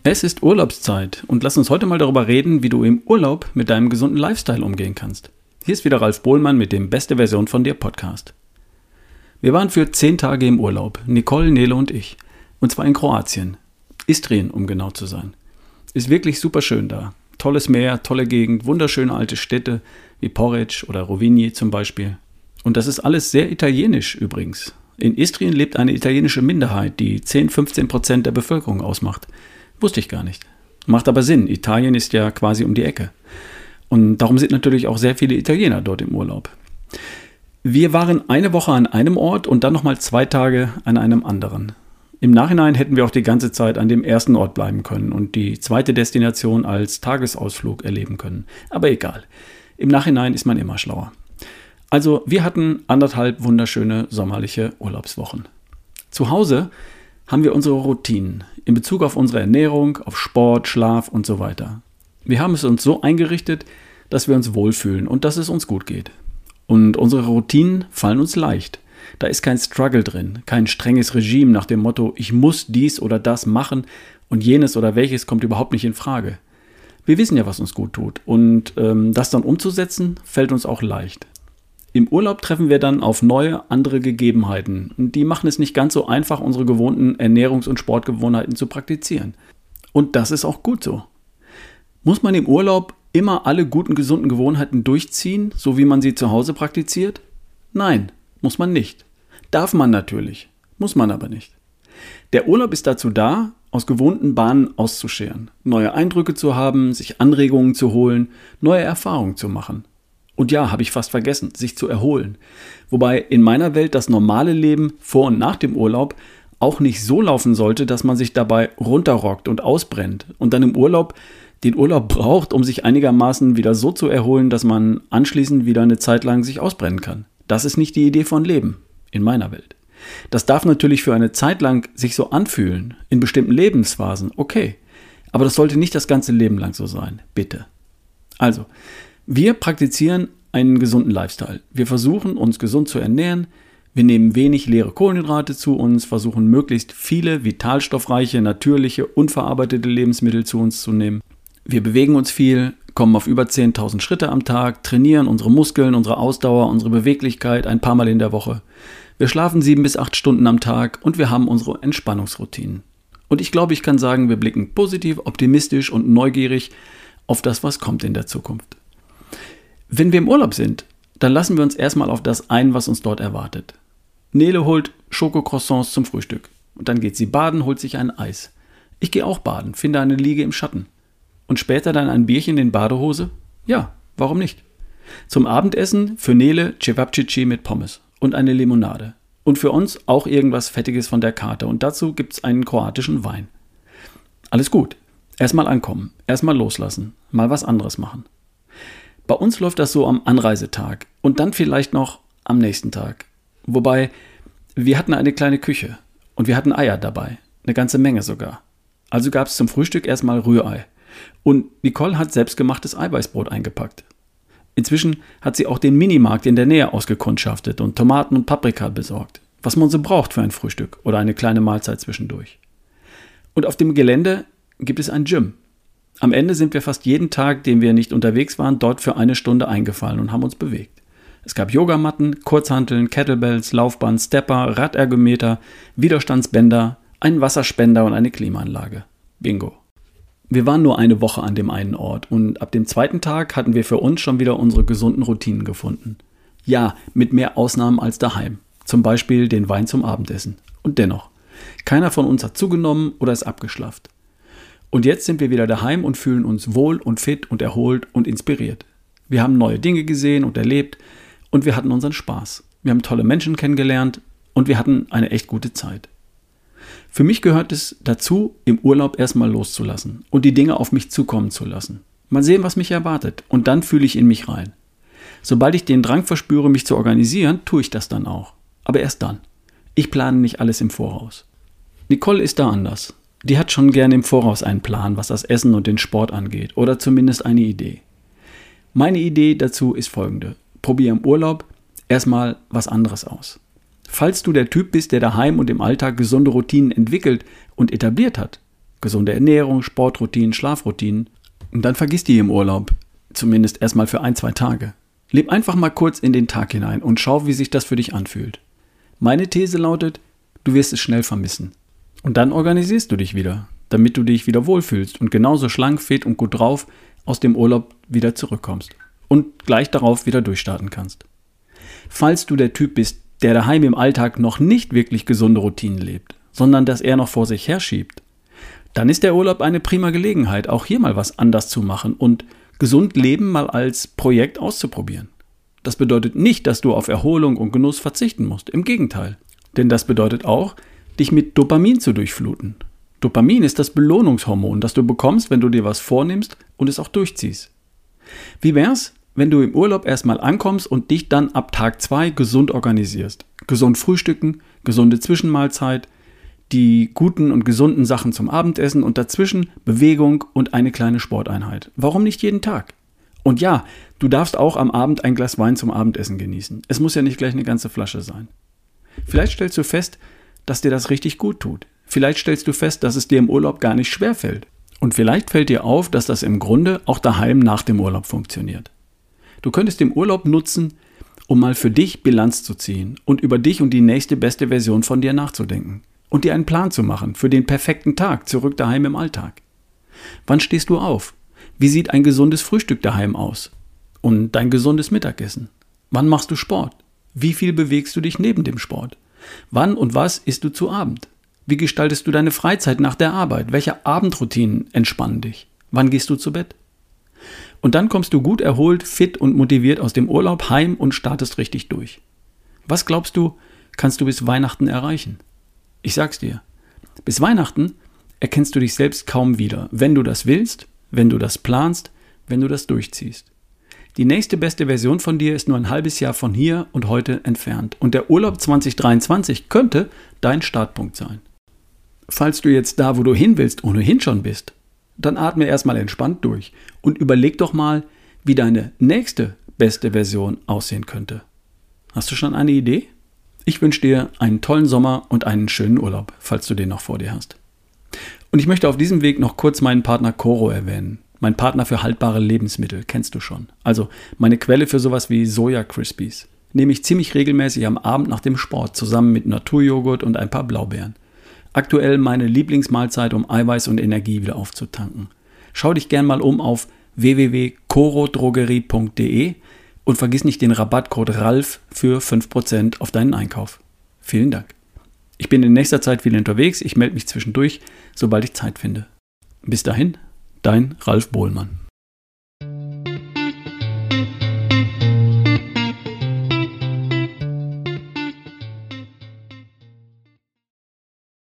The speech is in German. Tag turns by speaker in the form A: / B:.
A: Es ist Urlaubszeit und lass uns heute mal darüber reden, wie du im Urlaub mit deinem gesunden Lifestyle umgehen kannst. Hier ist wieder Ralf Bohlmann mit dem Beste Version von dir Podcast. Wir waren für 10 Tage im Urlaub, Nicole, Nele und ich. Und zwar in Kroatien. Istrien, um genau zu sein. Ist wirklich super schön da. Tolles Meer, tolle Gegend, wunderschöne alte Städte wie Poreč oder Rovinj zum Beispiel. Und das ist alles sehr italienisch übrigens. In Istrien lebt eine italienische Minderheit, die 10-15% der Bevölkerung ausmacht. Wusste ich gar nicht. Macht aber Sinn, Italien ist ja quasi um die Ecke. Und darum sind natürlich auch sehr viele Italiener dort im Urlaub. Wir waren eine Woche an einem Ort und dann nochmal 2 Tage an einem anderen. Im Nachhinein hätten wir auch die ganze Zeit an dem ersten Ort bleiben können und die zweite Destination als Tagesausflug erleben können. Aber egal, im Nachhinein ist man immer schlauer. Also wir hatten 1,5 wunderschöne sommerliche Urlaubswochen. Zu Hause haben wir unsere Routinen in Bezug auf unsere Ernährung, auf Sport, Schlaf und so weiter. Wir haben es uns so eingerichtet, dass wir uns wohlfühlen und dass es uns gut geht. Und unsere Routinen fallen uns leicht. Da ist kein Struggle drin, kein strenges Regime nach dem Motto, ich muss dies oder das machen und jenes oder welches kommt überhaupt nicht in Frage. Wir wissen ja, was uns gut tut und das dann umzusetzen, fällt uns auch leicht. Im Urlaub treffen wir dann auf neue, andere Gegebenheiten. Und die machen es nicht ganz so einfach, unsere gewohnten Ernährungs- und Sportgewohnheiten zu praktizieren. Und das ist auch gut so. Muss man im Urlaub immer alle guten, gesunden Gewohnheiten durchziehen, so wie man sie zu Hause praktiziert? Nein, muss man nicht. Darf man natürlich, muss man aber nicht. Der Urlaub ist dazu da, aus gewohnten Bahnen auszuscheren, neue Eindrücke zu haben, sich Anregungen zu holen, neue Erfahrungen zu machen. Und ja, habe ich fast vergessen, sich zu erholen. Wobei in meiner Welt das normale Leben vor und nach dem Urlaub auch nicht so laufen sollte, dass man sich dabei runterrockt und ausbrennt und dann im Urlaub den Urlaub braucht, um sich einigermaßen wieder so zu erholen, dass man anschließend wieder eine Zeit lang sich ausbrennen kann. Das ist nicht die Idee von Leben, in meiner Welt. Das darf natürlich für eine Zeit lang sich so anfühlen, in bestimmten Lebensphasen, okay. Aber das sollte nicht das ganze Leben lang so sein, bitte. Also, wir praktizieren einen gesunden Lifestyle. Wir versuchen, uns gesund zu ernähren. Wir nehmen wenig leere Kohlenhydrate zu uns, versuchen möglichst viele vitalstoffreiche, natürliche, unverarbeitete Lebensmittel zu uns zu nehmen. Wir bewegen uns viel, kommen auf über 10.000 Schritte am Tag, trainieren unsere Muskeln, unsere Ausdauer, unsere Beweglichkeit ein paar Mal in der Woche. Wir schlafen 7 bis 8 Stunden am Tag und wir haben unsere Entspannungsroutinen. Und ich glaube, ich kann sagen, wir blicken positiv, optimistisch und neugierig auf das, was kommt in der Zukunft. Wenn wir im Urlaub sind, dann lassen wir uns erstmal auf das ein, was uns dort erwartet. Nele holt Schokocroissants zum Frühstück. Und dann geht sie baden, holt sich ein Eis. Ich gehe auch baden, finde eine Liege im Schatten. Und später dann ein Bierchen in Badehose? Ja, warum nicht? Zum Abendessen für Nele Cevapcici mit Pommes und eine Limonade. Und für uns auch irgendwas Fettiges von der Karte. Und dazu gibt's einen kroatischen Wein. Alles gut. Erstmal ankommen, erstmal loslassen, mal was anderes machen. Bei uns läuft das so am Anreisetag und dann vielleicht noch am nächsten Tag. Wobei, wir hatten eine kleine Küche und wir hatten Eier dabei, eine ganze Menge sogar. Also gab es zum Frühstück erstmal Rührei. Und Nicole hat selbstgemachtes Eiweißbrot eingepackt. Inzwischen hat sie auch den Minimarkt in der Nähe ausgekundschaftet und Tomaten und Paprika besorgt, was man so braucht für ein Frühstück oder eine kleine Mahlzeit zwischendurch. Und auf dem Gelände gibt es ein Gym. Am Ende sind wir fast jeden Tag, den wir nicht unterwegs waren, dort für 1 Stunde eingefallen und haben uns bewegt. Es gab Yogamatten, Kurzhanteln, Kettlebells, Laufband, Stepper, Radergometer, Widerstandsbänder, einen Wasserspender und eine Klimaanlage. Bingo. Wir waren nur eine Woche an dem einen Ort und ab dem 2. Tag hatten wir für uns schon wieder unsere gesunden Routinen gefunden. Ja, mit mehr Ausnahmen als daheim. Zum Beispiel den Wein zum Abendessen. Und dennoch, keiner von uns hat zugenommen oder ist abgeschlafft. Und jetzt sind wir wieder daheim und fühlen uns wohl und fit und erholt und inspiriert. Wir haben neue Dinge gesehen und erlebt und wir hatten unseren Spaß. Wir haben tolle Menschen kennengelernt und wir hatten eine echt gute Zeit. Für mich gehört es dazu, im Urlaub erstmal loszulassen und die Dinge auf mich zukommen zu lassen. Mal sehen, was mich erwartet und dann fühle ich in mich rein. Sobald ich den Drang verspüre, mich zu organisieren, tue ich das dann auch. Aber erst dann. Ich plane nicht alles im Voraus. Nicole ist da anders. Die hat schon gerne im Voraus einen Plan, was das Essen und den Sport angeht, oder zumindest eine Idee. Meine Idee dazu ist folgende. Probier im Urlaub erstmal was anderes aus. Falls du der Typ bist, der daheim und im Alltag gesunde Routinen entwickelt und etabliert hat, gesunde Ernährung, Sportroutinen, Schlafroutinen. Und dann vergiss die im Urlaub, zumindest erstmal für 1-2 Tage. Leb einfach mal kurz in den Tag hinein und schau, wie sich das für dich anfühlt. Meine These lautet, du wirst es schnell vermissen. Und dann organisierst du dich wieder, damit du dich wieder wohlfühlst und genauso schlank, fit und gut drauf aus dem Urlaub wieder zurückkommst und gleich darauf wieder durchstarten kannst. Falls du der Typ bist, der daheim im Alltag noch nicht wirklich gesunde Routinen lebt, sondern das eher noch vor sich herschiebt, dann ist der Urlaub eine prima Gelegenheit, auch hier mal was anders zu machen und gesund leben mal als Projekt auszuprobieren. Das bedeutet nicht, dass du auf Erholung und Genuss verzichten musst. Im Gegenteil. Denn das bedeutet auch, dich mit Dopamin zu durchfluten. Dopamin ist das Belohnungshormon, das du bekommst, wenn du dir was vornimmst und es auch durchziehst. Wie wär's, wenn du im Urlaub erstmal ankommst und dich dann ab Tag 2 gesund organisierst? Gesund frühstücken, gesunde Zwischenmahlzeit, die guten und gesunden Sachen zum Abendessen und dazwischen Bewegung und eine kleine Sporteinheit. Warum nicht jeden Tag? Und ja, du darfst auch am Abend ein Glas Wein zum Abendessen genießen. Es muss ja nicht gleich eine ganze Flasche sein. Vielleicht stellst du fest, dass dir das richtig gut tut. Vielleicht stellst du fest, dass es dir im Urlaub gar nicht schwerfällt. Und vielleicht fällt dir auf, dass das im Grunde auch daheim nach dem Urlaub funktioniert. Du könntest den Urlaub nutzen, um mal für dich Bilanz zu ziehen und über dich und die nächste beste Version von dir nachzudenken. Und dir einen Plan zu machen für den perfekten Tag zurück daheim im Alltag. Wann stehst du auf? Wie sieht ein gesundes Frühstück daheim aus? Und dein gesundes Mittagessen? Wann machst du Sport? Wie viel bewegst du dich neben dem Sport? Wann und was isst du zu Abend? Wie gestaltest du deine Freizeit nach der Arbeit? Welche Abendroutinen entspannen dich? Wann gehst du zu Bett? Und dann kommst du gut erholt, fit und motiviert aus dem Urlaub heim und startest richtig durch. Was glaubst du, kannst du bis Weihnachten erreichen? Ich sag's dir, bis Weihnachten erkennst du dich selbst kaum wieder, wenn du das willst, wenn du das planst, wenn du das durchziehst. Die nächste beste Version von dir ist nur ein halbes Jahr von hier und heute entfernt und der Urlaub 2023 könnte dein Startpunkt sein. Falls du jetzt da, wo du hin willst, ohnehin schon bist, dann atme erstmal entspannt durch und überleg doch mal, wie deine nächste beste Version aussehen könnte. Hast du schon eine Idee? Ich wünsche dir einen tollen Sommer und einen schönen Urlaub, falls du den noch vor dir hast. Und ich möchte auf diesem Weg noch kurz meinen Partner Coro erwähnen. Mein Partner für haltbare Lebensmittel, kennst du schon. Also meine Quelle für sowas wie Soja Crispies. Nehme ich ziemlich regelmäßig am Abend nach dem Sport, zusammen mit Naturjoghurt und ein paar Blaubeeren. Aktuell meine Lieblingsmahlzeit, um Eiweiß und Energie wieder aufzutanken. Schau dich gern mal um auf www.corodrogerie.de und vergiss nicht den Rabattcode RALF für 5% auf deinen Einkauf. Vielen Dank. Ich bin in nächster Zeit viel unterwegs. Ich melde mich zwischendurch, sobald ich Zeit finde. Bis dahin, dein Ralf Bohlmann.